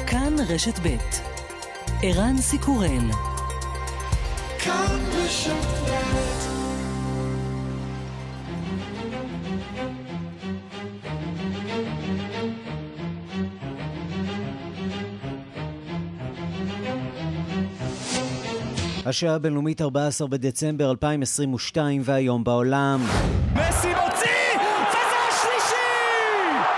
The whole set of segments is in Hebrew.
כאן רשת ב' ערן סיקורל. כאן רשת ב'. השעה הבינלאומית 14 בדצמבר 2022 והיום בעולם. מסי מוציא! וזה השלישי!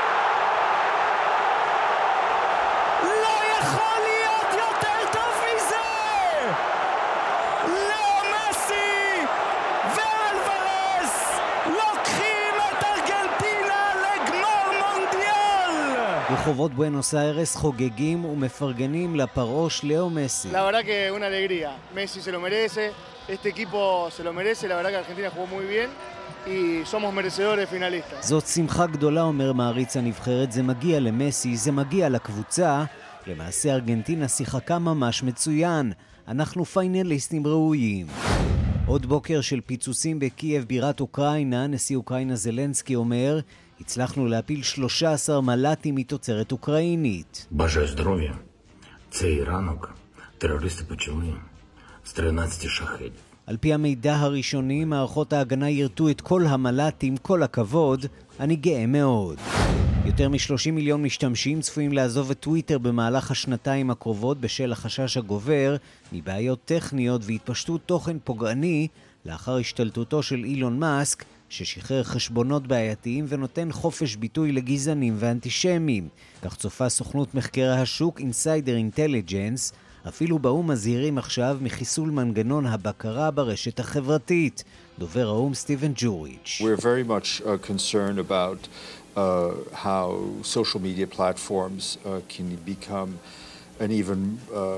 לא יכול להיות יותר טוב מזה! לא מסי ואלוורז לוקחים את ארגנטינה לגמר מונדיאל! רחובות בואנוס איירס חוגגים ומפרגנים לפרוש לאו מסי. La verdad que una alegría. Messi se lo merece, este equipo se lo merece, la verdad que Argentina jugó muy bien y somos merecedores finalistas. זאת שמחה גדולה, אומר מעריץ הנבחרת, זה מגיע למסי, זה מגיע לקבוצה. למעשה ארגנטינה שיחקה ממש מצוין. אנחנו פיינליסטים ראויים. עוד בוקר של פיצוצים בקייב בירת אוקראינה, נשיא אוקראינה זלנסקי אומר, הצלחנו להפיל 13 מל"טים מתוצרת אוקראינית. Бажаю здоров'я. Цей ранок терористи почали з 13 шахедів. על פי המידע הראשוני, מערכות ההגנה ירתו את כל המל"טים, כל הכבוד, אני גאה מאוד. יותר מ-30 מיליון משתמשים צפויים לעזוב את טוויטר במהלך השנתיים הקרובות בשל החשש הגובר מבעיות טכניות והתפשטות תוכן פוגעני לאחר השתלטותו של אילון מאסק, ששחרר חשבונות בעייתיים ונותן חופש ביטוי לגזענים ואנטישמים. כך צופה סוכנות מחקרי השוק Insider Intelligence. אפילו באום מזהירים עכשיו מחיסול מנגנון הבקרה ברשת החברתית. דובר האום סטיבן ג'וריץ'. We're very much concerned about how social media platforms can become an even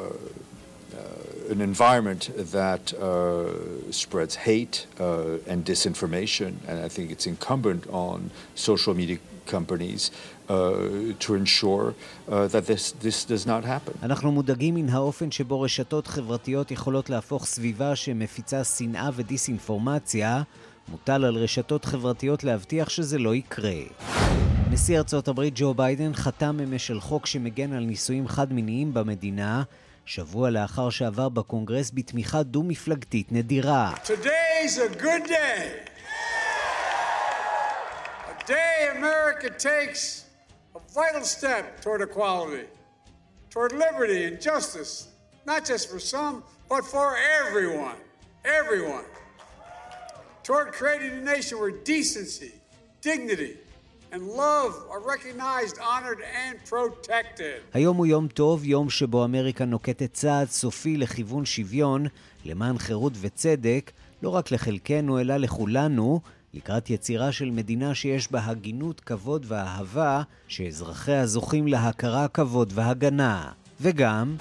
an environment that spreads hate and disinformation, and I think it's incumbent on social media companies to ensure that this does not happen. אנחנו מודאגים מן האופן שבו רשתות חברתיות יכולות להפוך סביבה שמפיצה שנאה ודיסאינפורמציה. מוטל על רשתות חברתיות להבטיח שזה לא יקרה. נשיא ארצות הברית ג'ו ביידן חתם אמש על חוק שמגן על נישואים חד-מיניים במדינה, שבוע לאחר שעבר בקונגרס בתמיכה דו-מפלגתית נדירה. Today's a good day. A day America takes a vital step toward equality, toward liberty and justice, not just for some, but for everyone. Everyone. Toward creating a nation where decency, dignity, and love are recognized, honored and protected. היום הוא יום טוב, יום שבו אמריקה נוקטת צעד סופי לכיוון שוויון, למען חירות וצדק, לא רק לחלקנו אלא לכולנו, לקראת יצירה של מדינה שיש בה הגינות, כבוד ואהבה, שאזרחיה זוכים להכרה, כבוד והגנה. וגם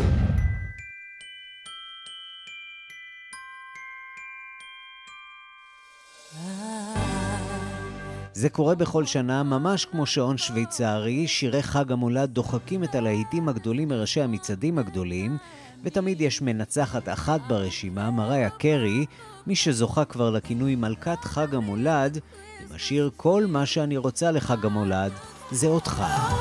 זה קורה בכל שנה, ממש כמו שעון שוויצרי. שירי חג המולד דוחקים את הלהיטים הגדולים מראשי המצעדים הגדולים, ותמיד יש מנצחת אחת ברשימה, מריה קרי, מי שזוכה כבר לכינוי מלכת חג המולד, עם השיר כל מה שאני רוצה לחג המולד זה אותך.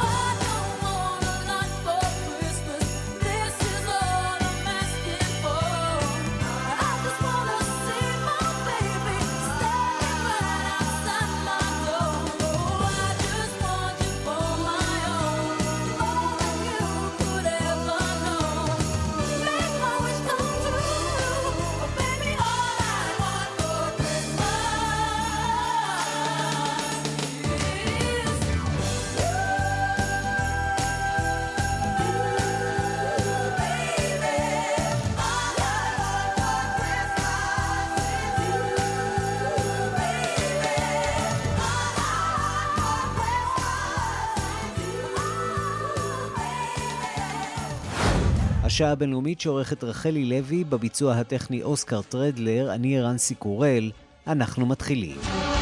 השעה הבינלאומית שעורכת רחלי לוי, בביצוע הטכני אוסקר טרדלר, אני ערן סיקורל. אנחנו מתחילים.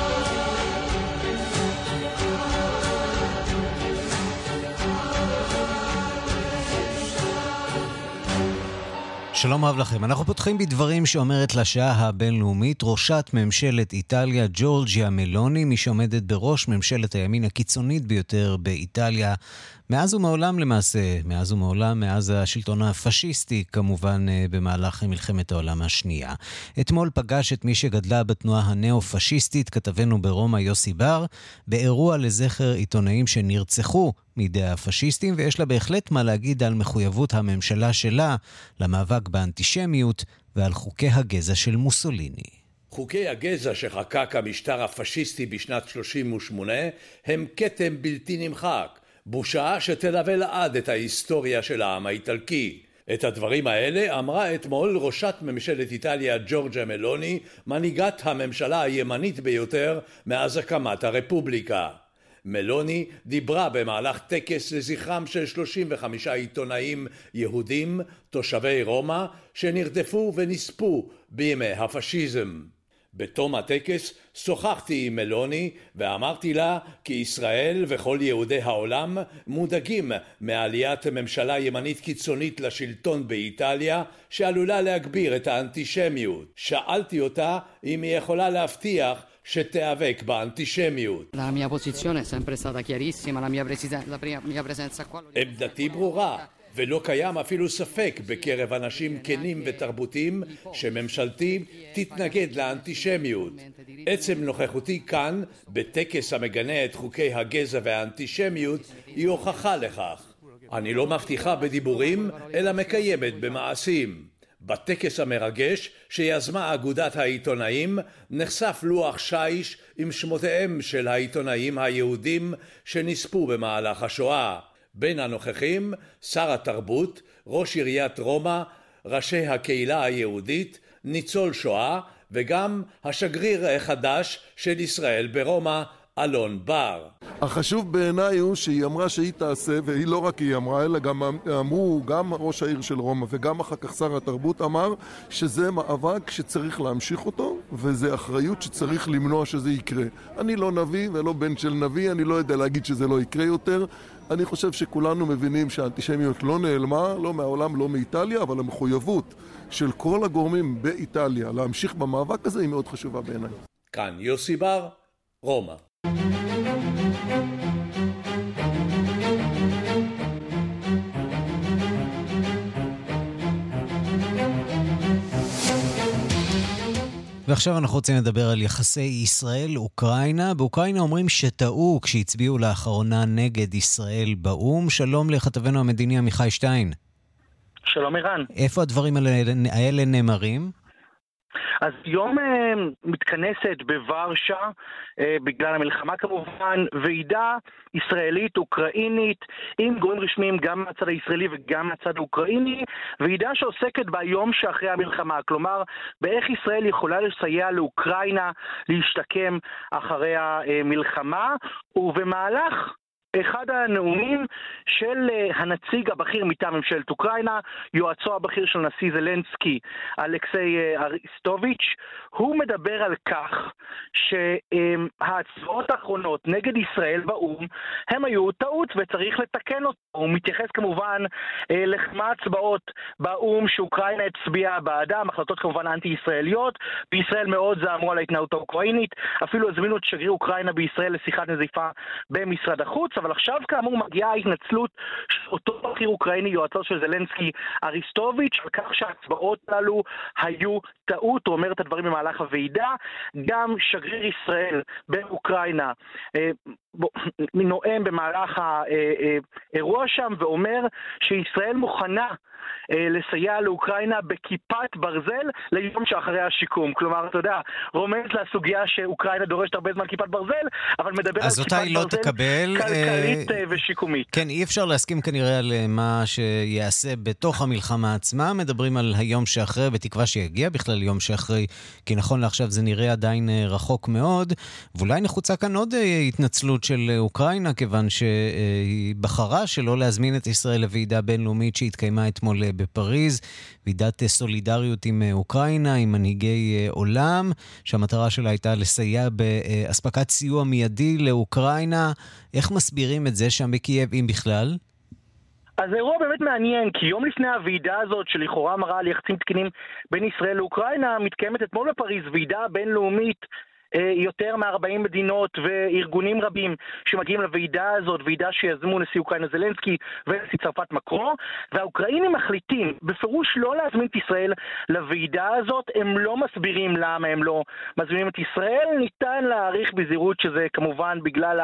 שלום רב לכם. אנחנו פותחים בדברים שאומרת לשעה הבינלאומית ראשת ממשלת איטליה ג'ורג'יה מלוני, מי שעומדת בראש ממשלת הימין הקיצונית ביותר באיטליה מאז ומעולם למעשה, מאז השלטון הפשיסטי, כמובן במהלך מלחמת העולם השנייה. אתמול פגש את מי שגדלה בתנועה הנאו-פשיסטית, כתבנו ברומא יוסי בר, באירוע לזכר עיתונאים שנרצחו מידי הפשיסטים, ויש לה בהחלט מה להגיד על מחויבות הממשלה שלה למאבק באנטישמיות ועל חוקי הגזע של מוסוליני. חוקי הגזע שחקק המשטר הפשיסטי בשנת 38 הם כתם בלתי נמחק, בושה שתלווה לעד את ההיסטוריה של העם האיטלקי. את הדברים האלה אמרה אתמול ראשת ממשלת איטליה ג'ורג'ה מלוני, מנהיגת הממשלה הימנית ביותר מאז הקמת הרפובליקה. מלוני דיברה במהלך טקס לזכרם של 35 עיתונאים יהודים, תושבי רומא, שנרדפו ונספו בימי הפשיזם. בתום הטקס שוחחתי עם מלוני ואמרתי לה כי ישראל וכל יהודי העולם מודאגים מעליית ממשלה ימנית קיצונית לשלטון באיטליה שעלולה להגביר את האנטישמיות. שאלתי אותה אם היא יכולה להבטיח שתיאבק באנטישמיות. La mia posizione è sempre stata chiarissima, la mia presenza qua. עמדתי ברורה. ולא קיים אפילו ספק בקרב אנשים כנים ותרבותיים שממשלתי תתנגד לאנטישמיות. עצם נוכחותי כאן, בטקס המגנה את חוקי הגזע והאנטישמיות, היא הוכחה לכך. אני לא מבטיחה בדיבורים, אלא מקיימת במעשים. בטקס המרגש שיזמה אגודת העיתונאים נחשף לוח שיש עם שמותיהם של העיתונאים היהודים שנספו במהלך השואה. בין הנוכחים, שר התרבות, ראש עיריית רומא, ראשי הקהילה היהודית, ניצול שואה וגם השגריר החדש של ישראל ברומא, אלון בר. החשוב בעיניי הוא שהיא אמרה שהיא תעשה, והיא לא רק היא אמרה, אלא גם אמרו, גם ראש העיר של רומא וגם אחר כך שר התרבות אמר שזה מאבק שצריך להמשיך אותו, וזה אחריות שצריך למנוע שזה יקרה. אני לא נביא ולא בן של נביא, אני לא יודע להגיד שזה לא יקרה יותר. אני חושב שכולנו מבינים שהאנטישמיות לא נעלמה, לא מהעולם, לא מאיטליה, אבל המחויבות של כל הגורמים באיטליה להמשיך במאבק הזה היא מאוד חשובה בעיניי. כאן יוסי בר, רומא. ועכשיו אנחנו רוצים לדבר על יחסי ישראל-אוקראינה. באוקראינה אומרים שטעו כשהצביעו לאחרונה נגד ישראל באום. שלום לכתבנו המדיני עמיחי שטיין. שלום אירן. איפה הדברים האלה נאמרים? אז יום מתכנסת בוורשה, בגלל המלחמה כמובן, ועידה ישראלית, אוקראינית, עם גורמים רשמיים גם מהצד הישראלי וגם מהצד האוקראיני, ועידה שעוסקת ביום שאחרי המלחמה, כלומר, באיך ישראל יכולה לסייע לאוקראינה להשתקם אחרי המלחמה, ובמהלך אחד הנאומים של הנציג הבכיר מטעם ממשלת אוקראינה, יועצו הבכיר של נשיא זלנסקי, אלכסיי אריסטוביץ', הוא מדבר על כך שההצבעות האחרונות נגד ישראל באום הם היו טעות וצריך לתקן אותו. הוא מתייחס כמובן לכמה הצבעות באום שאוקראינה הצביעה בעדם, החלטות כמובן אנטי-ישראליות, בישראל מאוד זעמו על ההתנהלות האוקראינית, אפילו הזמינו את שגריר אוקראינה בישראל לשיחת נזיפה במשרד החוץ, אבל עכשיו כאמור מגיעה ההתנצלות של אותו בכיר אוקראיני, יועצו של זלנסקי אריסטוביץ', על כך שההצבעות הללו היו טעות. הוא אומר את הדברים במהלך הוועידה. גם שגריר ישראל באוקראינה נואם במהלך האירוע שם ואומר שישראל מוכנה לסייע לאוקראינה בכיפת ברזל ליום שאחרי השיקום. כלומר, אתה יודע, רומז לסוגיה שאוקראינה דורשת הרבה זמן כיפת ברזל, אבל מדבר על כיפת ברזל כלכלית ושיקומית. כן, אי אפשר להסכים כנראה על מה שיעשה בתוך המלחמה עצמה. מדברים על היום שאחרי, בתקווה שיגיע בכלל יום שאחרי, כי נכון לעכשיו זה נראה עדיין רחוק מאוד, ואולי נחוצה כאן עוד התנצלות של אוקראינה, כיוון שהיא בחרה שלא להזמין את ישראל לוועידה בינלאומית שהתקיימה אתמול בפריז, ועידת סולידריות עם אוקראינה, עם מנהיגי עולם, שהמטרה שלה הייתה לסייע באספקת סיוע מיידי לאוקראינה. איך מסבירים את זה שם בקייב, אם בכלל? אז זה אירוע באמת מעניין, כי יום לפני הוועידה הזאת שלכאורה מראה על יחסים תקינים בין ישראל לאוקראינה, מתקיימת אתמול בפריז ועידה בינלאומית יותר מ-40 מדינות וארגונים רבים שמגיעים לוועידה הזאת, ועידה שיזמו נשיא אוקראינה זלנסקי ונשיא צרפת מקרון, והאוקראינים מחליטים בפירוש לא להזמין את ישראל לוועידה הזאת. הם לא מסבירים למה הם לא מזמינים את ישראל. ניתן להעריך בזהירות שזה כמובן בגלל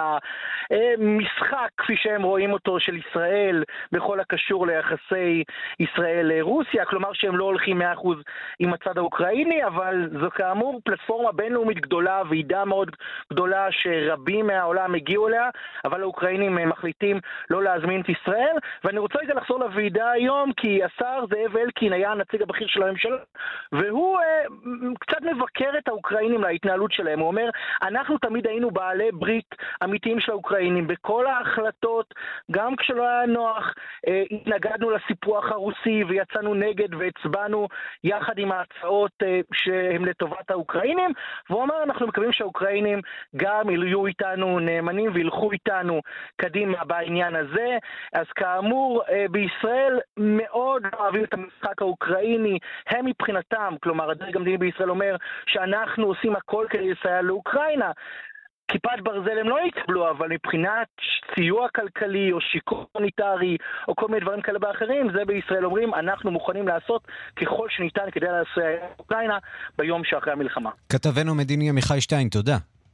המשחק כפי שהם רואים אותו של ישראל בכל הקשור ליחסי ישראל-רוסיה, כלומר שהם לא הולכים 100% עם הצד האוקראיני, אבל זו כאמור פלטפורמה בינלאומית גדולה, ועידה מאוד גדולה שרבים מהעולם הגיעו אליה, אבל האוקראינים מחליטים לא להזמין את ישראל. ואני רוצה רגע לחזור לוועידה היום, כי השר זאב אלקין היה הנציג הבכיר של הממשלה, והוא קצת מבקר את האוקראינים להתנהלות שלהם. הוא אומר, אנחנו תמיד היינו בעלי ברית אמיתיים של האוקראינים, בכל ההחלטות, גם כשלא היה נוח, התנגדנו לסיפוח הרוסי ויצאנו נגד והצבענו יחד עם ההצעות שהם לטובת האוקראינים. והוא אומר, אנחנו מקווים שהאוקראינים גם יהיו איתנו נאמנים וילכו איתנו קדימה בעניין הזה. אז כאמור, בישראל מאוד אוהבים את המשחק האוקראיני. הם מבחינתם, כלומר הדרג המדיני בישראל אומר שאנחנו עושים הכל כדי לסייע לאוקראינה. כיפת ברזל הם לא יקבלו, אבל מבחינת סיוע כלכלי או שיקום הומניטרי או כל מיני דברים כאלה באחרים, זה בישראל אומרים, אנחנו מוכנים לעשות ככל שניתן כדי לסייע לאוקראינה ביום שאחרי המלחמה. כתבנו מדיני עמיחי שטיין, תודה.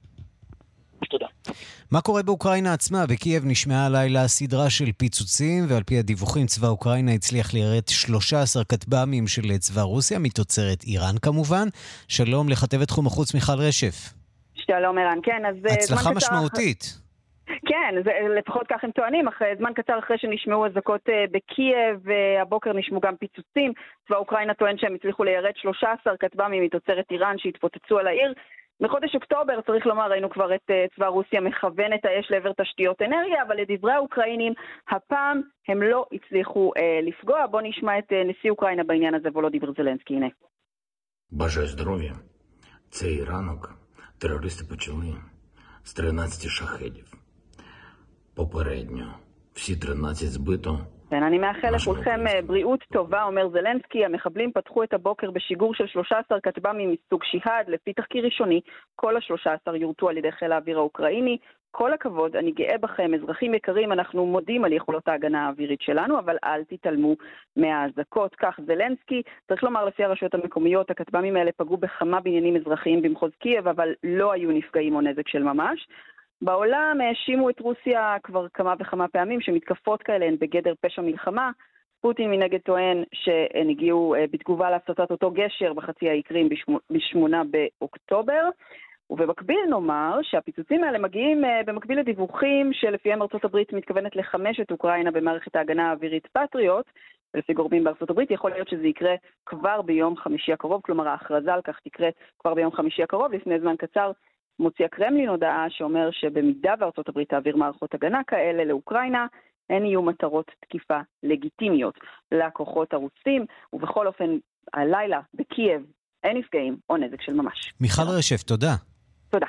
תודה. מה קורה באוקראינה עצמה? בקייב נשמעה הלילה סדרה של פיצוצים, ועל פי הדיווחים צבא אוקראינה הצליח ליירט 13 כטב"מים של צבא רוסיה, מתוצרת איראן כמובן. שלום לכתבת תחום החוץ מיכל רשף. שלום ערן, כן, אז הצלחה משמעותית. כן, לפחות כך הם טוענים, זמן קצר אחרי שנשמעו אזעקות בקייב, הבוקר נשמעו גם פיצוצים. צבא אוקראינה טוען שהם הצליחו ליירט 13 כטב"מים מתוצרת איראן שהתפוצצו על העיר. בחודש אוקטובר, צריך לומר, ראינו כבר את צבא רוסיה מכוון את האש לעבר תשתיות אנרגיה, אבל לדברי האוקראינים, הפעם הם לא הצליחו לפגוע. בוא נשמע את נשיא אוקראינה בעניין הזה, וולודימיר זלנסקי, הנה. Бажаю здоров'я. Цей ранок терористи почали з 13 шахедів. Попередньо всі 13 збито. כן, אני מאחל לכולכם בריאות טובה, אומר זלנסקי. המחבלים פתחו את הבוקר בשיגור של 13 כטב"מים מסוג שיהד. לפי תחקיר ראשוני, כל ה-13 יורטו על ידי חיל האוויר האוקראיני. כל הכבוד, אני גאה בכם, אזרחים יקרים, אנחנו מודים על יכולות ההגנה האווירית שלנו, אבל אל תתעלמו מהאזעקות. כך זלנסקי. צריך לומר, לפי הרשויות המקומיות, הכטב"מים האלה פגעו בכמה בניינים אזרחיים במחוז קייב, אבל לא היו נפגעים או נזק של ממש. בעולם האשימו את רוסיה כבר כמה וכמה פעמים שמתקפות כאלה הן בגדר פשע מלחמה. פוטין מנגד טוען שהן הגיעו בתגובה להפצצת אותו גשר בחצי האי קרים ב-8 באוקטובר. ובמקביל נאמר שהפיצוצים האלה מגיעים במקביל לדיווחים שלפיהם ארצות הברית מתכוונת לחמש את אוקראינה במערכת ההגנה האווירית פטריוט. ולפי גורמים בארצות הברית יכול להיות שזה יקרה כבר ביום חמישי הקרוב, כלומר ההכרזה על כך תקרה כבר ביום חמישי הקרוב. לפני זמן קצר מוציא הקרמלין הודעה שאומר שבמידה וארצות הברית תעביר מערכות הגנה כאלה לאוקראינה, הן יהיו מטרות תקיפה לגיטימיות לכוחות הרוסים, ובכל אופן הלילה בקייב אין נפגעים או נזק של ממש. מיכל רשף, תודה. תודה.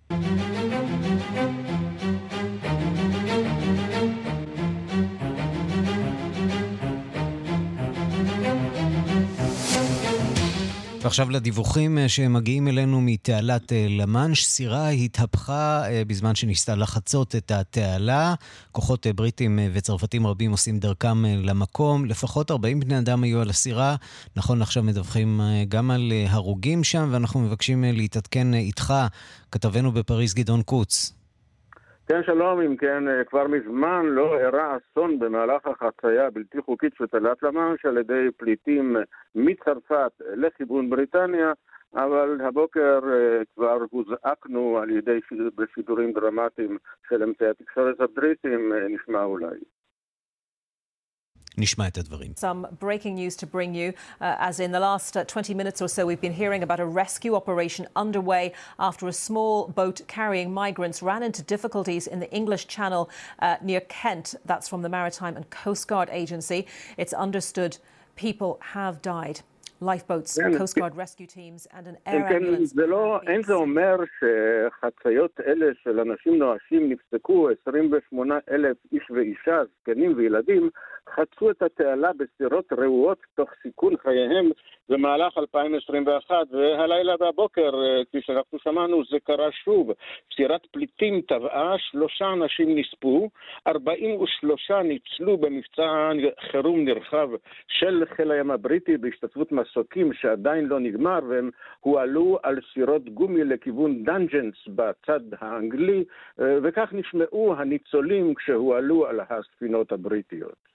ועכשיו לדיווחים שמגיעים אלינו מתעלת למאנש. סירה התהפכה בזמן שניסתה לחצות את התעלה. כוחות בריטים וצרפתים רבים עושים דרכם למקום. לפחות 40 בני אדם היו על הסירה. נכון, עכשיו מדווחים גם על הרוגים שם, ואנחנו מבקשים להתעדכן איתך, כתבנו בפריז גדעון קוץ. כן, שלום. אם כן, כבר מזמן לא אירע אסון במהלך החצייה הבלתי חוקית של תעלת למאנש על ידי פליטים מצרפת לכיוון בריטניה, אבל הבוקר כבר הוזעקנו על ידי בשידורים דרמטיים של אמצעי התקשורת הבריטים, נשמע אולי. נשמע את הדברים. Some breaking news to bring you. As in the last 20 minutes or so, we've been hearing about a rescue operation underway after a small boat carrying migrants ran into difficulties in the English Channel near Kent. That's from the Maritime and Coast Guard Agency. It's understood people have died. Lifeboats, Coast Guard rescue teams and an air ambulance. אין זה אומר שחציות אלה של אנשים נואשים נפסקו, 28,000 איש ואישה, זקנים וילדים, חצו את התעלה בסירות רעועות תוך סיכון חייהם במהלך 2021, והלילה והבוקר, כפי שאנחנו שמענו, זה קרה שוב. סירת פליטים טבעה, 3 אנשים נספו, 43 ניצלו במבצע חירום נרחב של חיל הים הבריטי בהשתתפות מסוקים שעדיין לא נגמר, והם הועלו על סירות גומי לכיוון דנג'נס בצד האנגלי, וכך נשמעו הניצולים כשהועלו על הספינות הבריטיות.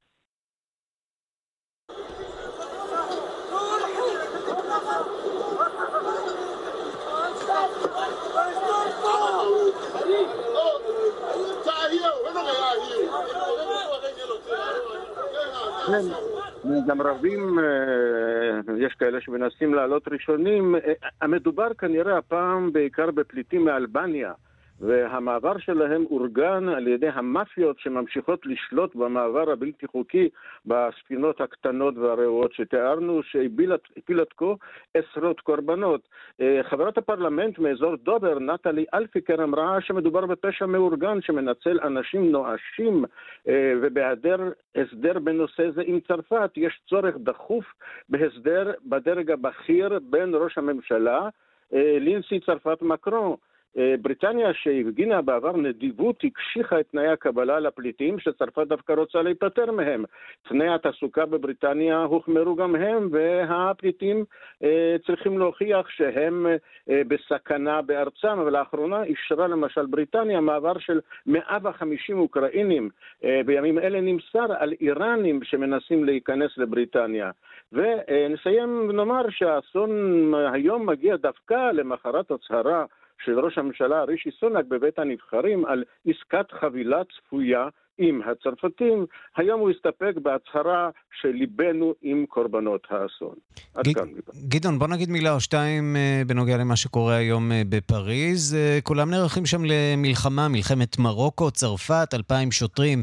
גם רבים, יש כאלה שמנסים לעלות ראשונים. המדובר כנראה הפעם בעיקר בפליטים מאלבניה, והמעבר שלהם אורגן על ידי המאפיות שממשיכות לשלוט במעבר הבלתי חוקי בספינות הקטנות והרעועות שתיארנו, שהפילת כה עשרות קורבנות. חברת הפרלמנט מאזור דובר, נטלי אלפיקר, אמרה שמדובר בפשע מאורגן שמנצל אנשים נואשים, ובהיעדר הסדר בנושא זה עם צרפת יש צורך דחוף בהסדר בדרג הבכיר בין ראש הממשלה לנשיא צרפת מקרון. בריטניה שהפגינה בעבר נדיבות הקשיחה את תנאי הקבלה לפליטים שצרפת דווקא רוצה להיפטר מהם. תנאי התעסוקה בבריטניה הוחמרו גם הם, והפליטים צריכים להוכיח שהם בסכנה בארצם, אבל לאחרונה אישרה למשל בריטניה מעבר של 150 אוקראינים. בימים אלה נמסר על איראנים שמנסים להיכנס לבריטניה. ונסיים ונאמר שהאסון היום מגיע דווקא למחרת הצהרה של ראש הממשלה רישי סונאק בבית הנבחרים על עסקת חבילה צפויה עם הצרפתים. היום הוא הסתפק בהצהרה שליבנו עם קורבנות האסון. גדעון, בוא נגיד מילה או שתיים בנוגע למה שקורה היום בפריז. כולם נערכים שם למלחמה, מלחמת מרוקו, צרפת, 2,000 שוטרים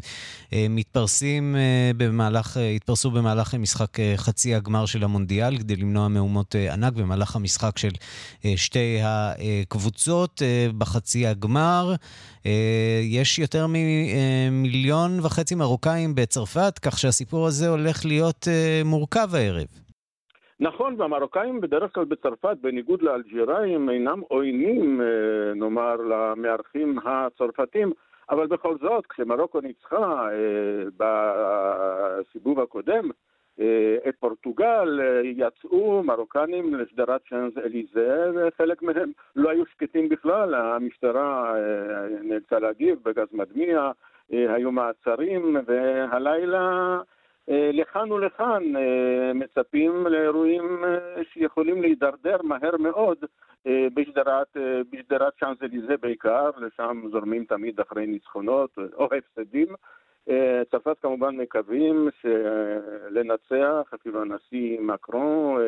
התפרסו במהלך משחק חצי הגמר של המונדיאל כדי למנוע מהומות ענק במהלך המשחק של שתי הקבוצות בחצי הגמר. יש יותר ממיליון וחצי מרוקאים בצרפת, כך שהסיפור הזה הולך להיות מורכב הערב. נכון, והמרוקאים בדרך כלל בצרפת, בניגוד לאלג'יראים, אינם עוינים, נאמר, למארחים הצרפתים, אבל בכל זאת, כשמרוקו ניצחה בסיבוב הקודם, את פורטוגל, יצאו מרוקנים לשדרת שאנז אליזה, וחלק מהם לא היו שקטים בכלל. המשטרה נאלצה להגיב בגז מדמיע, היו מעצרים, והלילה לכאן ולכאן מצפים לאירועים שיכולים להידרדר מהר מאוד בשדרת שאנז אליזה בעיקר, לשם זורמים תמיד אחרי ניצחונות או הפסדים. צרפת כמובן מקווים לנצח, אפילו הנשיא מקרון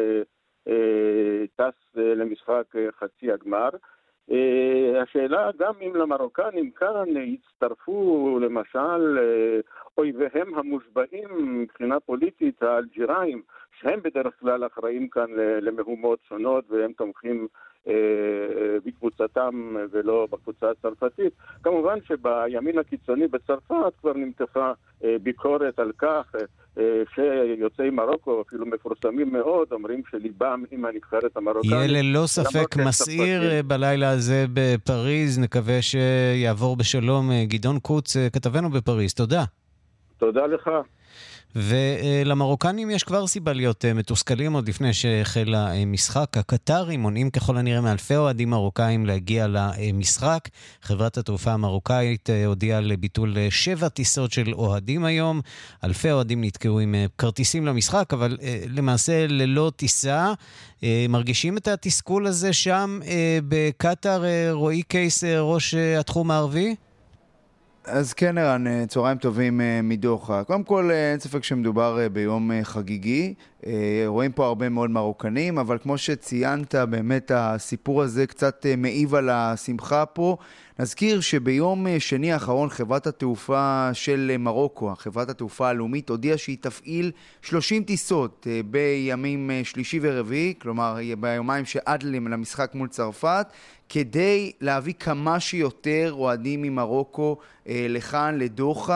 טס למשחק חצי הגמר. השאלה גם אם למרוקנים כאן יצטרפו למשל אויביהם המושבעים מבחינה פוליטית, האלג'יראים, שהם בדרך כלל אחראים כאן למהומות שונות והם תומכים בקבוצתם ולא בקבוצה הצרפתית. כמובן שבימין הקיצוני בצרפת כבר נמתחה ביקורת על כך שיוצאי מרוקו אפילו מפורסמים מאוד, אומרים שליבם עם הנבחרת המרוקנית. יהיה ללא ספק מסעיר בלילה הזה בפריז, נקווה שיעבור בשלום. גדעון קוץ, כתבנו בפריז, תודה. תודה לך. ולמרוקנים יש כבר סיבה להיות מתוסכלים עוד לפני שהחל המשחק. הקטרים מונעים ככל הנראה מאלפי אוהדים מרוקאים להגיע למשחק. חברת התעופה המרוקאית הודיעה לביטול 7 טיסות של אוהדים היום. אלפי אוהדים נתקעו עם כרטיסים למשחק, אבל למעשה ללא טיסה. מרגישים את התסכול הזה שם בקטר? רועי קייס, ראש התחום הערבי? אז כן ערן, צהריים טובים מדוחה. קודם כל אין ספק שמדובר ביום חגיגי, רואים פה הרבה מאוד מרוקנים, אבל כמו שציינת באמת הסיפור הזה קצת מעיב על השמחה פה. נזכיר שביום שני האחרון חברת התעופה של מרוקו, חברת התעופה הלאומית, הודיעה שהיא תפעיל 30 טיסות בימים שלישי ורביעי, כלומר ביומיים שעד למשחק מול צרפת, כדי להביא כמה שיותר אוהדים ממרוקו לכאן, לדוחה.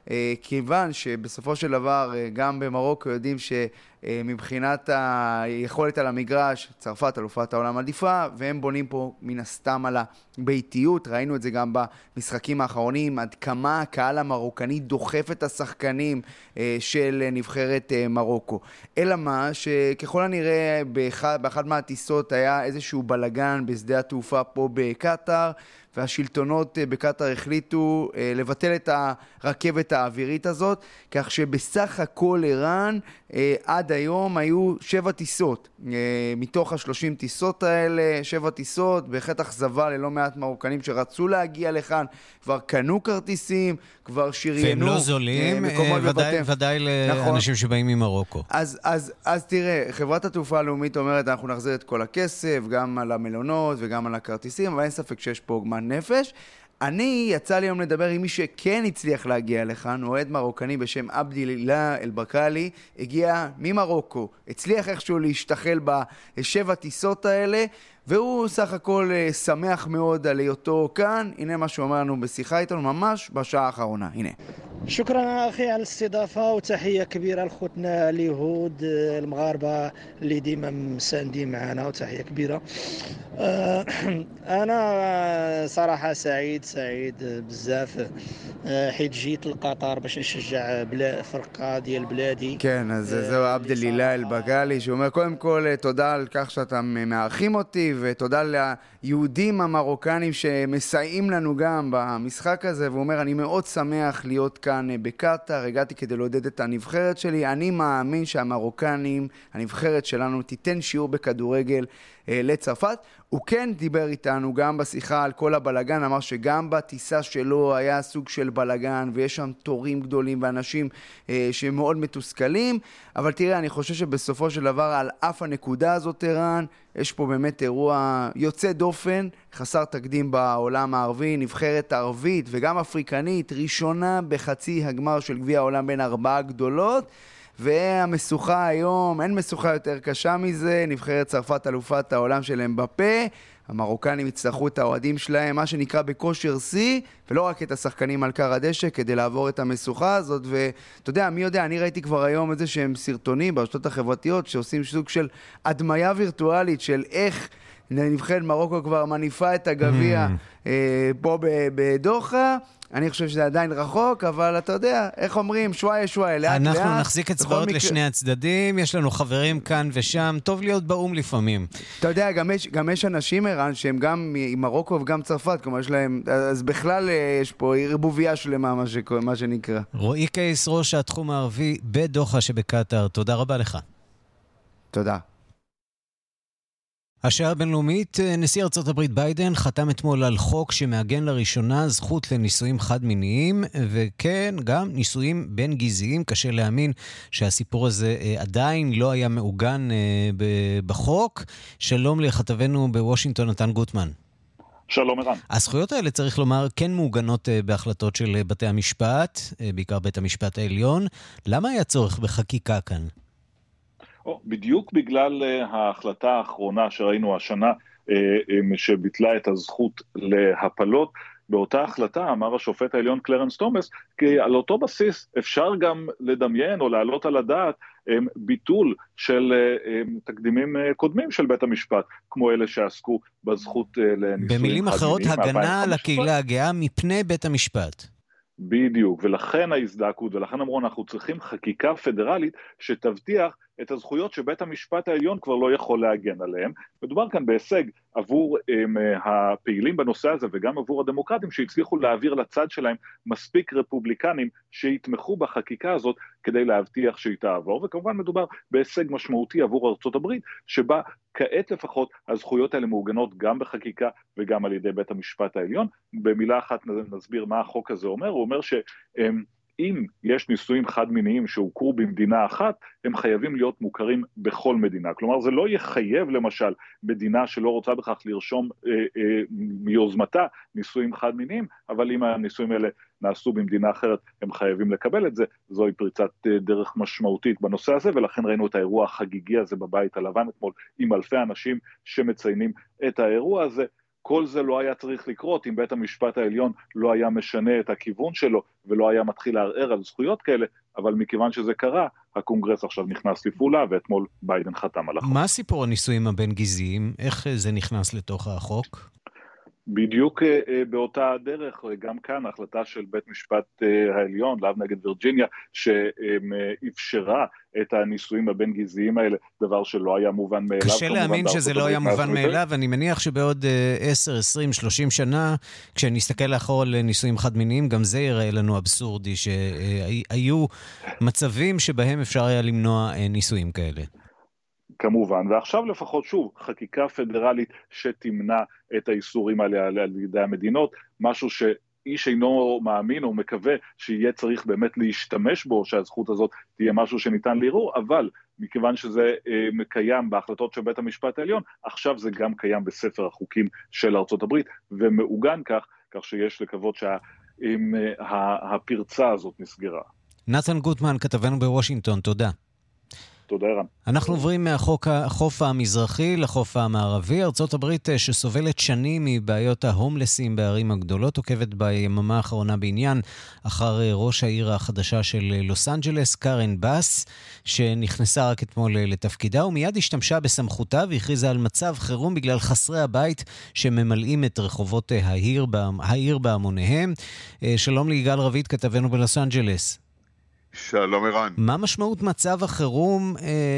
כיוון שבסופו של דבר גם במרוקו יודעים שמבחינת היכולת על המגרש, צרפת אלופת העולם עדיפה, והם בונים פה מן הסתם על הביתיות. ראינו את זה גם במשחקים האחרונים, עד כמה הקהל המרוקני דוחף את השחקנים של נבחרת מרוקו. אלא מה, שככל הנראה באחד מהטיסות היה איזשהו בלגן בשדה התעופה פה בקטר, והשלטונות בקטר החליטו לבטל את הרכבת האווירית הזאת, כך שבסך הכל איראן עד היום היו 7 טיסות. מתוך ה-30 טיסות האלה, 7 טיסות, בהחלט אכזבה ללא מעט מרוקנים שרצו להגיע לכאן, כבר קנו כרטיסים, כבר שריינו. והם לא זולים, ודאי לאנשים שבאים ממרוקו. אז תראה, חברת התעופה הלאומית אומרת, אנחנו נחזיר את כל הכסף, גם על המלונות וגם על הכרטיסים, אבל אין ספק שיש פה עוגמת נפש. אני יצא לי היום לדבר עם מי שכן הצליח להגיע לכאן, אוהד מרוקני בשם עבדלילה אל-בקאלי, הגיע ממרוקו, הצליח איכשהו להשתחל ב7 טיסות האלה, והוא סך הכל שמח מאוד על היותו כאן. הנה מה שהוא אמר לנו בשיחה איתנו ממש בשעה האחרונה. הנה. شكرا أخي على الاستضافة وتحية كبيرة لأخوتنا اليهود المغاربة اللي ديما مساندين معنا وتحية كبيرة. أنا صراحة سعيد بزاف حيت جيت لقطر باش نشجع فرقة ديال بلادي. כן, אז זהו עבדלילה אל-בקאלי שאומר קודם כל תודה על כך שאתם מארחים אותי, ותודה ליהודים המרוקנים שמסייעים לנו גם במשחק הזה, והוא אומר אני מאוד שמח להיות כאן בקטר, הגעתי כדי לעודד את הנבחרת שלי, אני מאמין שהמרוקנים, הנבחרת שלנו, תיתן שיעור בכדורגל לצרפת. הוא כן דיבר איתנו גם בשיחה על כל הבלגן, אמר שגם בטיסה שלו היה סוג של בלגן, ויש שם תורים גדולים ואנשים שמאוד מתוסכלים, אבל תראה, אני חושב שבסופו של דבר על אף הנקודה הזאת איראן, יש פה באמת אירוע יוצא דופן, חסר תקדים בעולם הערבי, נבחרת ערבית וגם אפריקנית, ראשונה בחצי הגמר של גביע העולם בין 4 גדולות, והמשוכה היום, אין משוכה יותר קשה מזה, נבחרת צרפת אלופת העולם של אמבפה, המרוקנים יצטרכו את האוהדים שלהם, מה שנקרא בכושר סי, ולא רק את השחקנים על קר הדשא, כדי לעבור את המשוכה הזאת, ואתה יודע, מי יודע, אני ראיתי כבר היום איזה שהם סרטונים ברשתות החברתיות, שעושים סוג של הדמיה וירטואלית, של איך נבחרת מרוקו כבר מניפה את הגביע פה בדוחה. אני חושב שזה עדיין רחוק, אבל אתה יודע, איך אומרים, שוואיה, לאט לאט. אנחנו נחזיק אצבעות לשני הצדדים, יש לנו חברים כאן ושם, טוב להיות באום לפעמים. אתה יודע, גם יש אנשים איראן שהם גם ממרוקו וגם צרפת, כלומר יש להם, אז בכלל יש פה ערבוביה שלמה, מה שנקרא. רועי קייס, ראש התחום הערבי בדוחה שבקטר, תודה רבה לך. תודה. השעה הבינלאומית, נשיא ארצות הברית ביידן חתם אתמול על חוק שמעגן לראשונה זכות לנישואים חד-מיניים, וכן, גם נישואים בין גזעיים. קשה להאמין שהסיפור הזה עדיין לא היה מעוגן בחוק. שלום לכתבנו בוושינגטון, נתן גוטמן. שלום ערן. הזכויות האלה, צריך לומר, כן מעוגנות בהחלטות של בתי המשפט, בעיקר בית המשפט העליון. למה היה צורך בחקיקה כאן? בדיוק בגלל ההחלטה האחרונה שראינו השנה שביטלה את הזכות להפלות. באותה החלטה אמר השופט העליון קלרנס תומאס, כי על אותו בסיס אפשר גם לדמיין או להעלות על הדעת ביטול של תקדימים קודמים של בית המשפט, כמו אלה שעסקו בזכות לנישואים חד-מיניים. במילים אחרות, הגנה על הקהילה הגאה מפני בית המשפט. בדיוק, ולכן ההזדעקות, ולכן אמרו, אנחנו צריכים חקיקה פדרלית שתבטיח את הזכויות שבית המשפט העליון כבר לא יכול להגן עליהם. מדובר כאן בהישג עבור הפעילים בנושא הזה וגם עבור הדמוקרטים שהצליחו להעביר לצד שלהם מספיק רפובליקנים שיתמכו בחקיקה הזאת כדי להבטיח שהיא תעבור, וכמובן מדובר בהישג משמעותי עבור ארצות הברית, שבה כעת לפחות הזכויות האלה מעוגנות גם בחקיקה וגם על ידי בית המשפט העליון. במילה אחת נסביר מה החוק הזה אומר. הוא אומר אם יש נישואים חד-מיניים שהוכרו במדינה אחת, הם חייבים להיות מוכרים בכל מדינה. כלומר, זה לא יחייב למשל מדינה שלא רוצה בכך לרשום מיוזמתה נישואים חד-מיניים, אבל אם הנישואים האלה נעשו במדינה אחרת, הם חייבים לקבל את זה. זוהי פריצת דרך משמעותית בנושא הזה, ולכן ראינו את האירוע החגיגי הזה בבית הלבן אתמול, עם אלפי אנשים שמציינים את האירוע הזה. כל זה לא היה צריך לקרות אם בית המשפט העליון לא היה משנה את הכיוון שלו, ולא היה מתחיל לערער על זכויות כאלה, אבל מכיוון שזה קרה, הקונגרס עכשיו נכנס לפעולה, ואתמול ביידן חתם על החוק. מה סיפור הנישואים הבין-גזעיים? איך זה נכנס לתוך החוק? בדיוק באותה הדרך, גם כאן החלטה של בית משפט העליון, לאו נגד וירג'יניה, שאפשרה את הנישואים הבין-גזעיים האלה, דבר שלא היה מובן מאליו. קשה להאמין שזה לא היה מובן מאליו, אני מניח שבעוד 10, 20, 30 שנה, כשנסתכל לאחור על נישואים חד-מיניים, גם זה יראה לנו אבסורדי, שהיו מצבים שבהם אפשר היה למנוע נישואים כאלה. כמובן, ועכשיו לפחות שוב, חקיקה פדרלית שתמנע את האיסורים האלה על ידי המדינות, משהו שאיש אינו מאמין או מקווה שיהיה צריך באמת להשתמש בו, שהזכות הזאת תהיה משהו שניתן לערעור, אבל מכיוון שזה קיים בהחלטות של בית המשפט העליון, עכשיו זה גם קיים בספר החוקים של ארצות הברית, ומעוגן כך שיש לקוות שהפרצה הזאת נסגרה. נתן גוטמן, כתבנו בוושינגטון, תודה. תודה רן. אנחנו עוברים מהחוף המזרחי לחוף המערבי. ארצות הברית שסובלת שנים מבעיות ההומלסים בערים הגדולות, עוקבת ביממה האחרונה בעניין אחר ראש העיר החדשה של לוס אנג'לס, קארן באס, שנכנסה רק אתמול לתפקידה, ומיד השתמשה בסמכותה והכריזה על מצב חירום בגלל חסרי הבית שממלאים את רחובות העיר בהמוניהם. שלום ליגאל רביד, כתבנו בלוס אנג'לס. שלום ערן. מה משמעות מצב החירום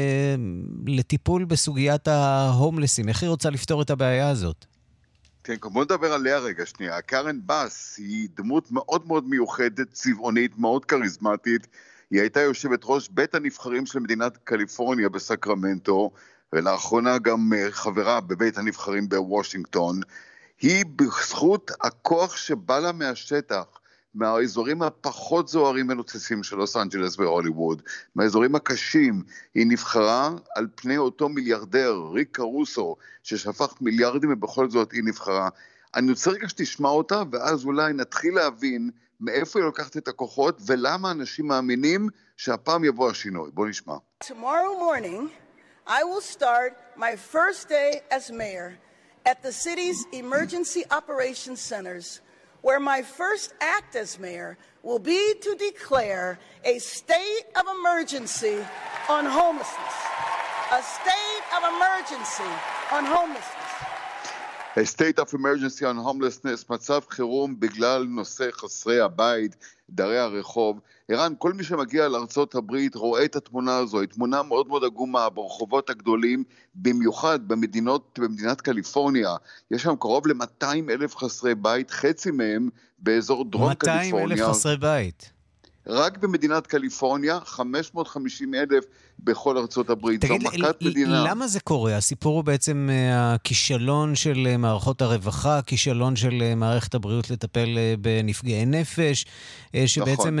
לטיפול בסוגיית ההומלסים? איך היא רוצה לפתור את הבעיה הזאת? כן, בוא נדבר עליה רגע שנייה. קארן באס היא דמות מאוד מאוד מיוחדת, צבעונית, מאוד קריזמטית. היא הייתה יושבת ראש בית הנבחרים של מדינת קליפורניה בסקרמנטו, ולאחרונה גם חברה בבית הנבחרים בוושינגטון. היא בזכות הכוח שבא לה מהשטח, מהאזורים הפחות זוהרים מנוצצים של לוס אנג'לס והוליווד, מהאזורים הקשים, היא נבחרה על פני אותו מיליארדר, ריק קרוסו, ששפך מיליארדים ובכל זאת היא נבחרה. אני רוצה רגע שתשמע אותה, ואז אולי נתחיל להבין מאיפה היא לוקחת את הכוחות, ולמה אנשים מאמינים שהפעם יבוא השינוי. בוא נשמע. Tomorrow morning, I will start my first day as mayor at the city's emergency operations centers, where my first act as mayor will be to declare a state of emergency on homelessness. A state of emergency on homelessness. A state of emergency on homelessness, מצב חירום בגלל נושא חסרי הבית, דרי הרחוב. ערן, כל מי שמגיע לארצות הברית רואה את התמונה הזו, היא תמונה מאוד מאוד עגומה ברחובות הגדולים, במיוחד במדינת קליפורניה. יש שם קרוב ל-200,000 חסרי בית, חצי מהם באזור דרום קליפורניה. 200,000 חסרי בית. רק במדינת קליפורניה, 550,000 בכל ארצות הברית. תגיד, למה זה קורה? הסיפור הוא בעצם הכישלון של מערכות הרווחה, הכישלון של מערכת הבריאות לטפל בנפגעי נפש, שבעצם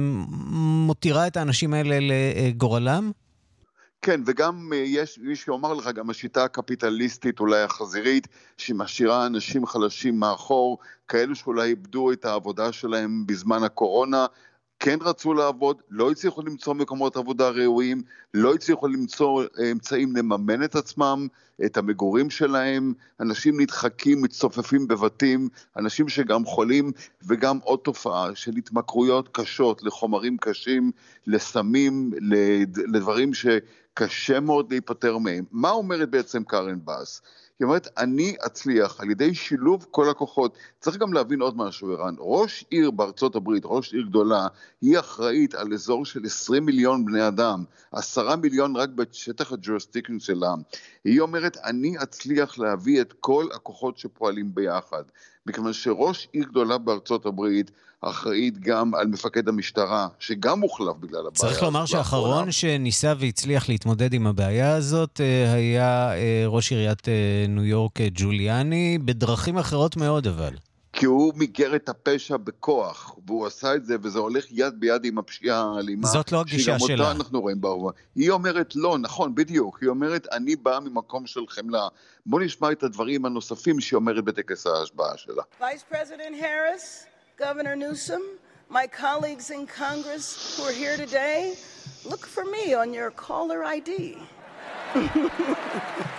מותירה את האנשים האלה לגורלם? כן, וגם יש מי שאומר לך, גם השיטה הקפיטליסטית, אולי החזירית, שמשאירה אנשים חלשים מאחור, כאלו שאולי איבדו את העבודה שלהם בזמן הקורונה, כן רצו לעבוד, לא הצליחו למצוא מקומות עבודה ראויים, לא הצליחו למצוא אמצעים לממן את עצמם, את המגורים שלהם, אנשים נדחקים, מצטופפים בבתים, אנשים שגם חולים, וגם עוד תופעה של התמכרויות קשות, לחומרים קשים, לסמים, לדברים שקשה מאוד להיפטר מהם. מה אומרת בעצם קארן באס? היא אומרת, אני אצליח על ידי שילוב כל הכוחות. צריך גם להבין עוד משהו, ערן. ראש עיר בארצות הברית, ראש עיר גדולה, היא אחראית על אזור של 20 מיליון בני אדם, 10 מיליון רק בשטח הג'ורסטיקן שלה. היא אומרת, אני אצליח להביא את כל הכוחות שפועלים ביחד. מכיוון שראש עיר גדולה בארצות הברית, אחראית גם על מפקד המשטרה, שגם מוחלף בגלל הבעיה. צריך לומר שהאחרון שניסה והצליח להתמודד עם הבעיה הזאת, היה ראש עיריית ניו יורק ג'וליאני, בדרכים אחרות מאוד אבל. כי הוא מיגר את הפשע בכוח, והוא עשה את זה, וזה הולך יד ביד עם הפשיעה האלימה. זאת לא הגישה שלה. שגם אותה אנחנו רואים בערבה. היא אומרת לא, נכון, בדיוק. היא אומרת, אני באה ממקום של חמלה. בוא נשמע את הדברים הנוספים שהיא אומרת בטקס ההשבעה שלה. Vice President Harris, Governor Newsom, my colleagues in Congress who are here today, look for me on your caller ID.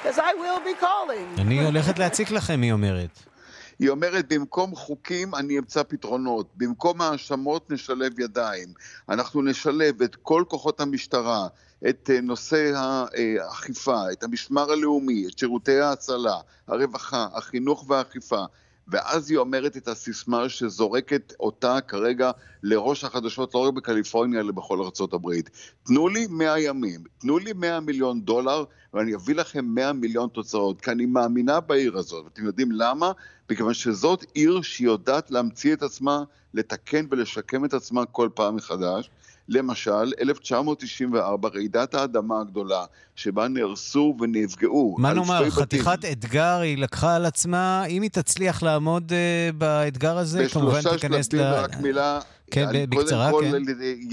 because I will be calling. אני הולכת להציק לכם, היא אומרת. היא אומרת, במקום חוקים אני אמצא פתרונות, במקום האשמות נשלב ידיים, אנחנו נשלב את כל כוחות המשטרה, את נושא האכיפה, את המשמר הלאומי, את שירותי ההצלה, הרווחה, החינוך והאכיפה, ואז היא אומרת את הסיסמה שזורקת אותה כרגע לראש החדשות, לא רק בקליפורניה, אלא בכל ארצות הברית. תנו לי 100 ימים, תנו לי $100 מיליון, ואני אביא לכם 100 מיליון תוצאות, כי אני מאמינה בעיר הזאת. ואתם יודעים למה? מכיוון שזאת עיר שיודעת להמציא את עצמה, לתקן ולשקם את עצמה כל פעם מחדש. למשל, 1994, רעידת האדמה הגדולה, שבה נהרסו ונפגעו. מה נאמר, חתיכת אתגר היא לקחה על עצמה, אם היא תצליח לעמוד באתגר הזה, כמובן תיכנס רק מילה, כן, בקצרה, קודם כן.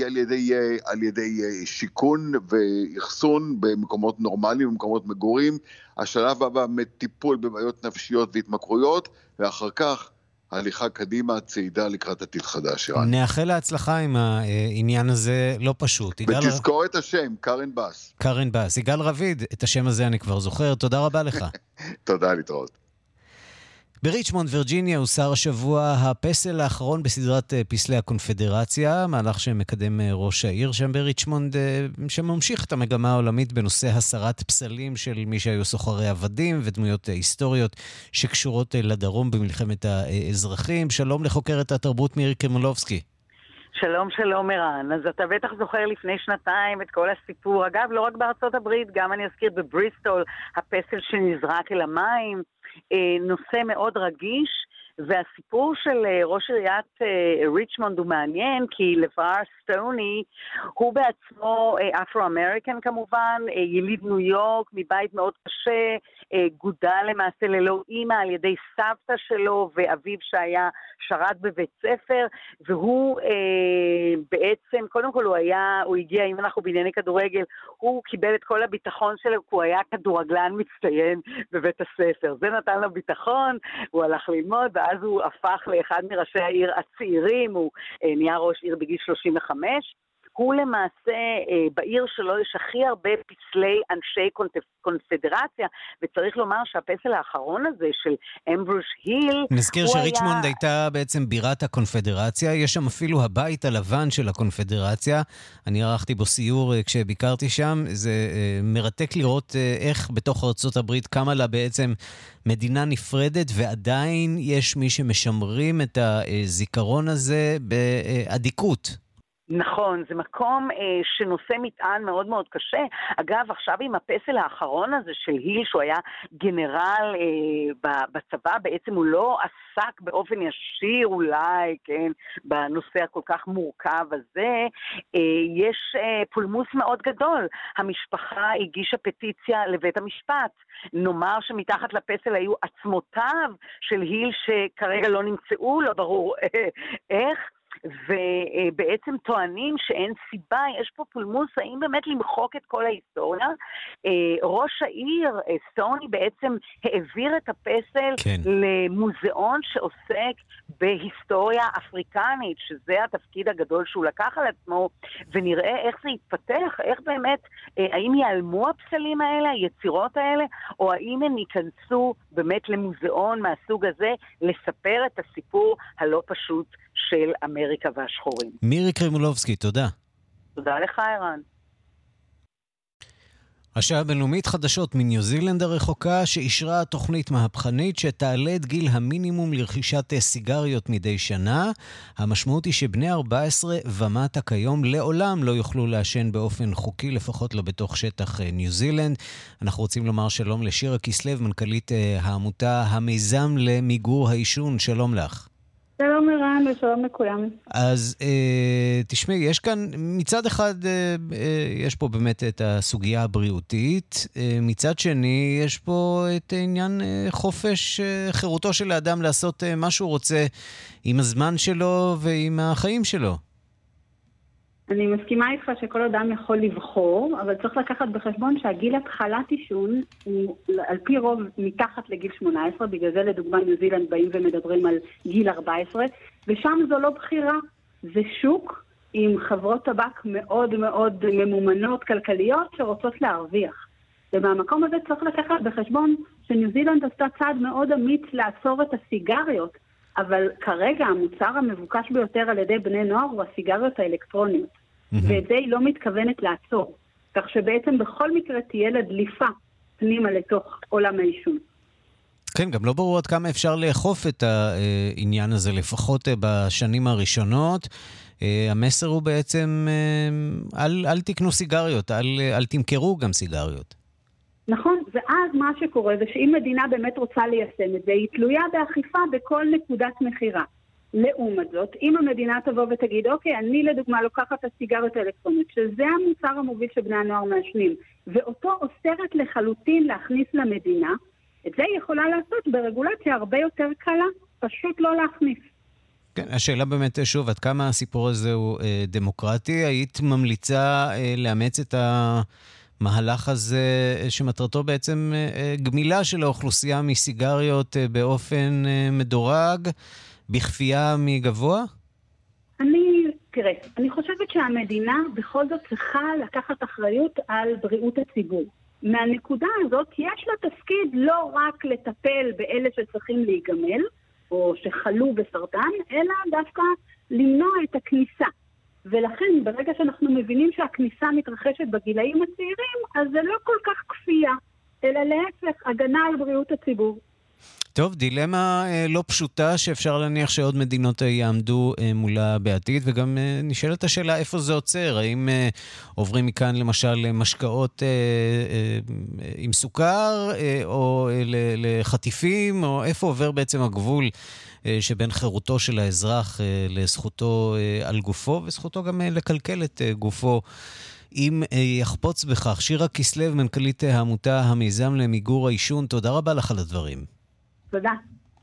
כל על ידי שיקון ואחסון במקומות נורמליים, במקומות מגורים, השלב הבא מטיפול בבעיות נפשיות והתמכרויות, ואחר כך הליכה קדימה, צעידה לקראת עתיד חדש. נאחל להצלחה עם העניין הזה, לא פשוט. ותזכור את השם, קרן בס. קרן בס. יגאל רביד, את השם הזה אני כבר זוכר. תודה רבה לך. תודה, להתראות. בריצ'מונד, וירג'יניה, הוסר השבוע הפסל האחרון בסדרת פסלי הקונפדרציה, מהלך שמקדם ראש העיר שם בריצ'מונד, שממשיך את המגמה העולמית בנושא הסרת פסלים של מי שהיו סוחרי עבדים ודמויות היסטוריות שקשורות לדרום במלחמת האזרחים. שלום לחוקרת התרבות מירי קרימולובסקי. שלום, שלום ערן. אז אתה בטח זוכר לפני שנתיים את כל הסיפור. אגב, לא רק בארצות הברית, גם אני אזכיר בבריסטול, הפסל שנזרק אל המים. נושא מאוד רגיש, והסיפור של ראש עיריית ריצ'מונד הוא מעניין, כי לבר סטוני הוא בעצמו אפרו-אמריקן כמובן, יליד ניו יורק, מבית מאוד קשה, גודל למעשה ללא אימא על ידי סבתא שלו ואביו שהיה שרת בבית ספר, והוא בעצם, קודם כל הוא הגיע, אם אנחנו בענייני כדורגל, הוא קיבל את כל הביטחון שלו, הוא היה כדורגלן מצטיין בבית הספר. זה נתן לו ביטחון, הוא הלך ללמוד, ואז הוא הפך לאחד מראשי העיר הצעירים, הוא נהיה ראש עיר בגיל 35, הוא למעשה בעיר שלו יש הכי הרבה פסלי אנשי קונפדרציה, וצריך לומר שהפסל האחרון הזה של אמברוש היל, נזכיר שריצ'מונד הייתה בעצם בירת הקונפדרציה, יש שם אפילו הבית הלבן של הקונפדרציה, אני ערכתי בו סיור כשביקרתי שם, זה מרתק לראות איך בתוך ארצות הברית קמה לה בעצם מדינה נפרדת, ועדיין יש מי שמשמרים את הזיכרון הזה באדיקות. נכון, זה מקום שנושא מטען מאוד מאוד קשה. אגב, עכשיו עם הפסל האחרון הזה של היל, שהוא היה גנרל בצבא, בעצם הוא לא עסק באופן ישיר אולי, כן, בנושא הכל כך מורכב הזה. יש פולמוס מאוד גדול. המשפחה הגישה פטיציה לבית המשפט. נאמר שמתחת לפסל היו עצמותיו של היל שכרגע לא נמצאו, לא ברור איך. ובעצם טוענים שאין סיבה, יש פה פולמוס, האם באמת למחוק את כל ההיסטוריה? ראש העיר, סטוני, בעצם העביר את הפסל למוזיאון שעוסק בהיסטוריה אפריקנית, שזה התפקיד הגדול שהוא לקח על עצמו, ונראה איך זה יתפתח, איך באמת, האם ייעלמו הפסלים האלה, היצירות האלה, או האם הם ייכנסו באמת למוזיאון מהסוג הזה, לספר את הסיפור הלא פשוט של אמריקה והשחורים. מירי קרימולובסקי, תודה. תודה לך, ערן. השעה הבינלאומית, חדשות מניו זילנד הרחוקה, שאישרה תוכנית מהפכנית שתעלה את גיל המינימום לרכישת סיגריות מדי שנה. המשמעות היא שבני 14 ומטה כיום לעולם לא יוכלו לעשן באופן חוקי, לפחות לא בתוך שטח ניו זילנד. אנחנו רוצים לומר שלום לשירה כסלב, מנכ"לית העמותה המיזם למיגור העישון. שלום לך. שלום ערן ושלום לכולם. אז תשמעי, יש כאן מצד אחד, יש פה באמת את הסוגיה הבריאותית, מצד שני יש פה את עניין חופש חירותו של האדם לעשות מה שהוא רוצה עם הזמן שלו ועם החיים שלו. אני מסכימה איתך שכל אדם יכול לבחור, אבל צריך לקחת בחשבון שהגיל התחלת עישון הוא על פי רוב מתחת לגיל 18, בגלל זה לדוגמה ניו זילנד באים ומדברים על גיל 14, ושם זו לא בחירה, זה שוק עם חברות טבק מאוד מאוד ממומנות כלכליות שרוצות להרוויח. ובמקום הזה צריך לקחת בחשבון שניו זילנד עשתה צעד מאוד אמיץ לעצור את הסיגריות, אבל כרגע המוצר המבוקש ביותר על ידי בני נוער הוא הסיגריות האלקטרוניות, ואת זה היא לא מתכוונת לעצור, כך שבעצם בכל מקרה תהיה לה דליפה פנימה לתוך עולם העישון. כן, גם לא ברור עד כמה אפשר לאכוף את העניין הזה, לפחות בשנים הראשונות. המסר הוא בעצם, אל תקנו סיגריות, אל תמכרו גם סיגריות. נכון, ואז מה שקורה זה שאם מדינה באמת רוצה ליישם את זה, היא תלויה באכיפה בכל נקודת מחירה. לעומת זאת, אם המדינה תבוא ותגיד, אוקיי, אני לדוגמה לוקחת את הסיגריות האלקטרוניות, שזה המוצר המוביל שבני הנוער מעשנים, ואותו אוסרת לחלוטין להכניס למדינה, את זה היא יכולה לעשות ברגולציה הרבה יותר קלה, פשוט לא להכניס. כן, השאלה באמת, שוב, עד כמה הסיפור הזה הוא דמוקרטי? היית ממליצה לאמץ את המהלך הזה שמטרתו בעצם גמילה של האוכלוסייה מסיגריות באופן מדורג, בכפייה מגבוה? תראה, אני חושבת שהמדינה בכל זאת צריכה לקחת אחריות על בריאות הציבור. מהנקודה הזאת יש לה תפקיד לא רק לטפל באלה שצריכים להיגמל, או שחלו בסרטן, אלא דווקא למנוע את הכניסה. ולכן, ברגע שאנחנו מבינים שהכניסה מתרחשת בגילאים הצעירים, אז זה לא כל כך כפייה, אלא להפך, הגנה על בריאות הציבור. טוב, דילמה לא פשוטה שאפשר להניח שעוד מדינות יעמדו מולה בעתיד, וגם נשאלת השאלה איפה זה עוצר, האם עוברים מכאן למשל משקאות עם סוכר, או לחטיפים, או איפה עובר בעצם הגבול שבין חירותו של האזרח לזכותו על גופו, וזכותו גם לקלקל את גופו. אם יחפוץ בכך. שירה כסלו, מנכ"לית העמותה המיזם למיגור העישון, תודה רבה לך על הדברים. תודה.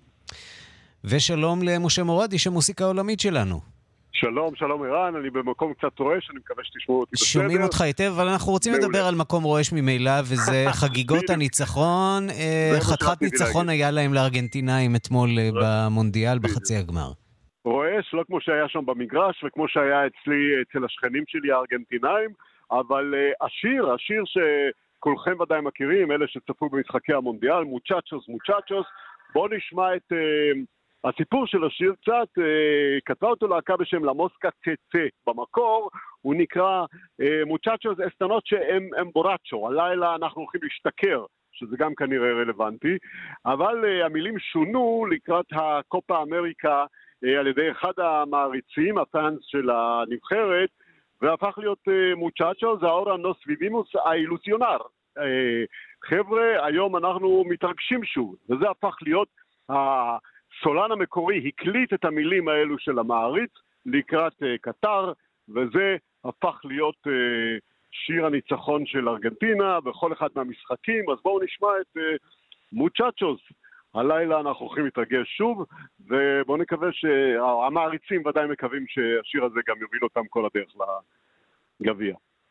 ושלום למשה מורד, איש המוסיקה העולמית שלנו. שלום, שלום ערן, אני במקום קצת רועש, אני מקווה שתשמעו אותי בסדר. שומעים אותך היטב, אבל אנחנו רוצים לדבר על מקום רועש ממילא, וזה חגיגות הניצחון. חתיכת ניצחון היה להם לארגנטינאים אתמול במונדיאל בחצי הגמר. רועש, לא כמו שהיה שם במגרש, וכמו שהיה אצל השכנים שלי הארגנטינאים, אבל השיר שכולכם ודאי מכירים, אלה שצפו במשחקי המונדיאל, מוצ'צ'וס, בואו נשמע את הסיפור של השיר קצת. כתבה אותו להקה בשם למוסקה צצה. במקור הוא נקרא מוצ'צ'וס אסטנות שהם בורצ'ו, הלילה אנחנו הולכים להשתכר, שזה גם כנראה רלוונטי, אבל המילים שונו לקראת הקופה אמריקה על ידי אחד המעריצים, הפאנס של הנבחרת, והפך להיות מוצ'צ'ו, זה האורה נוס ויבימוס האילוסיונר. חבר'ה, היום אנחנו מתרגשים שוב, וזה הפך להיות, הסולן המקורי הקליט את המילים האלו של המעריץ לקראת קטר, וזה הפך להיות שיר הניצחון של ארגנטינה בכל אחד מהמשחקים. אז בואו נשמע את מוצ'צ'וס. הלילה אנחנו הולכים להתרגש שוב, ובואו נקווה שהמעריצים ודאי מקווים שהשיר הזה גם יוביל אותם כל הדרך לגביע.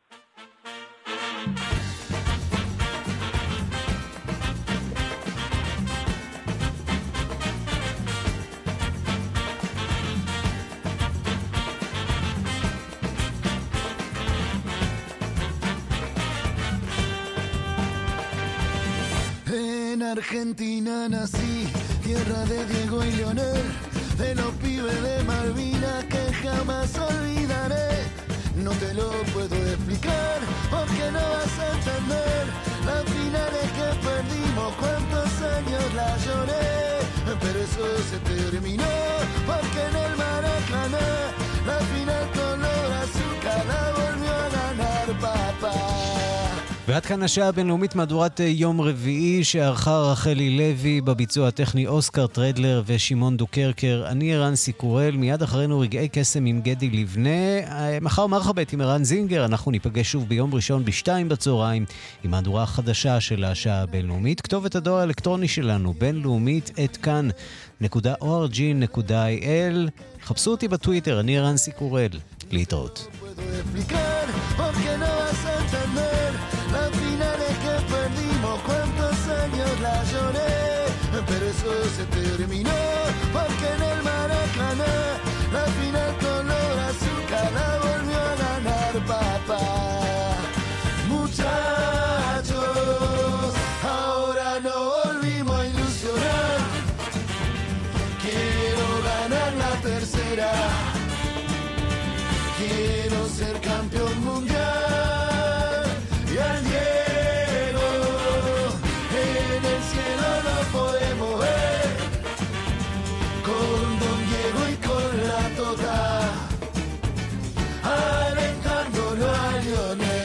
En Argentina nací, tierra de Diego y Leonel, de los pibes de Malvinas que jamás olvidaré. No te lo puedo explicar, porque no vas a entender las finales que perdimos, cuántos años la lloré, pero eso se terminó, porque en el Maracaná la final color azúcar la volvió a ganar papá. ועד כאן השעה הבינלאומית מהדורת יום רביעי שערכה רחלי לוי, בביצוע הטכני אוסקר טרדלר ושמעון דוקרקר. אני ערן סיקורל, מיד אחרינו רגעי קסם עם גדי לבנה. מחר מרחבת עם ערן זינגר, אנחנו ניפגש שוב ביום ראשון ב-2 בצהריים עם מהדורה החדשה של השעה הבינלאומית. כתובת הדואר האלקטרוני שלנו בינלאומית@kan.org.il. חפשו אותי בטוויטר, אני ערן סיקורל. להתראות. Las finales que perdimos, cuántos años la lloré, pero eso se terminó, porque en el Maracaná la final color azúcar la volvió a ganar papá. Muchachos. Lionel.